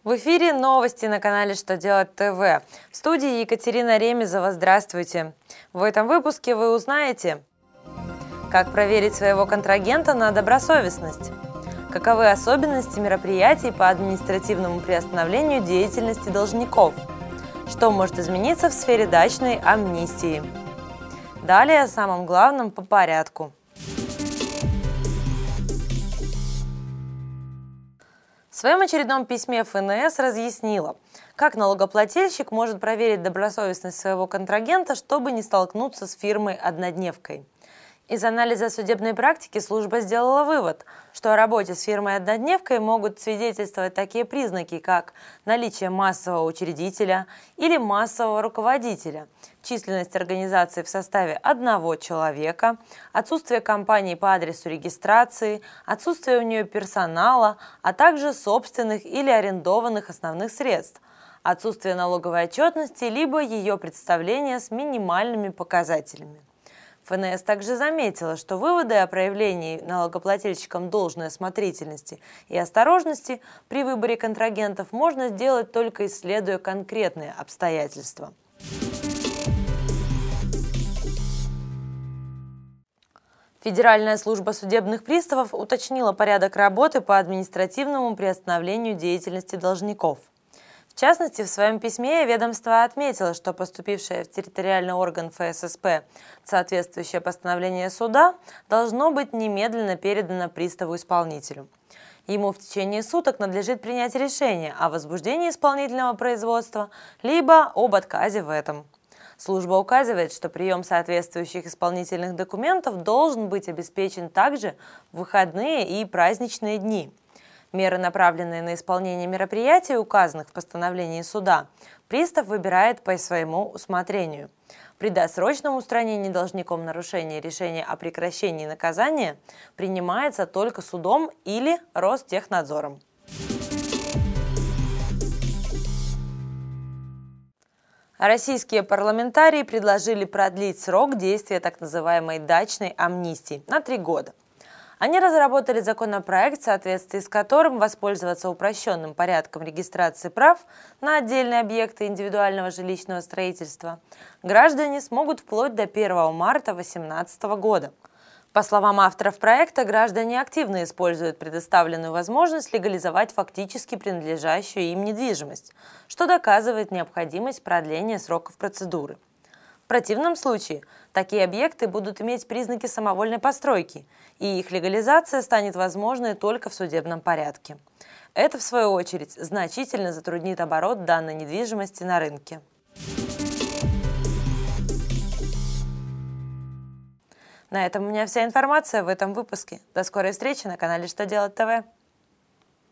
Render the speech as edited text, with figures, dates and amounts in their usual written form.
В эфире новости на канале «Что делать ТВ». В студии Екатерина Ремезова. Здравствуйте. В этом выпуске вы узнаете, как проверить своего контрагента на добросовестность, каковы особенности мероприятий по административному приостановлению деятельности должников, что может измениться в сфере дачной амнистии. Далее о самом главном по порядку. В своем очередном письме ФНС разъяснила, как налогоплательщик может проверить добросовестность своего контрагента, чтобы не столкнуться с фирмой-однодневкой. Из анализа судебной практики служба сделала вывод, что о работе с фирмой-однодневкой могут свидетельствовать такие признаки, как наличие массового учредителя или массового руководителя, численность организации в составе одного человека, отсутствие компании по адресу регистрации, отсутствие у нее персонала, а также собственных или арендованных основных средств, отсутствие налоговой отчетности либо ее представления с минимальными показателями. ФНС также заметила, что выводы о проявлении налогоплательщикам должной осмотрительности и осторожности при выборе контрагентов можно сделать только исследуя конкретные обстоятельства. Федеральная служба судебных приставов уточнила порядок работы по административному приостановлению деятельности должников. В частности, в своем письме ведомство отметило, что поступившее в территориальный орган ФССП соответствующее постановление суда должно быть немедленно передано приставу-исполнителю. Ему в течение суток надлежит принять решение о возбуждении исполнительного производства либо об отказе в этом. Служба указывает, что прием соответствующих исполнительных документов должен быть обеспечен также в выходные и праздничные дни. Меры, направленные на исполнение мероприятий, указанных в постановлении суда, пристав выбирает по своему усмотрению. При досрочном устранении должником нарушения решения о прекращении наказания принимается только судом или Ростехнадзором. Российские парламентарии предложили продлить срок действия так называемой дачной амнистии на 3 года. Они разработали законопроект, в соответствии с которым воспользоваться упрощенным порядком регистрации прав на отдельные объекты индивидуального жилищного строительства граждане смогут вплоть до 1 марта 2018 года. По словам авторов проекта, граждане активно используют предоставленную возможность легализовать фактически принадлежащую им недвижимость, что доказывает необходимость продления сроков процедуры. В противном случае такие объекты будут иметь признаки самовольной постройки, и их легализация станет возможной только в судебном порядке. Это, в свою очередь, значительно затруднит оборот данной недвижимости на рынке. На этом у меня вся информация в этом выпуске. До скорой встречи на канале «Что делать ТВ».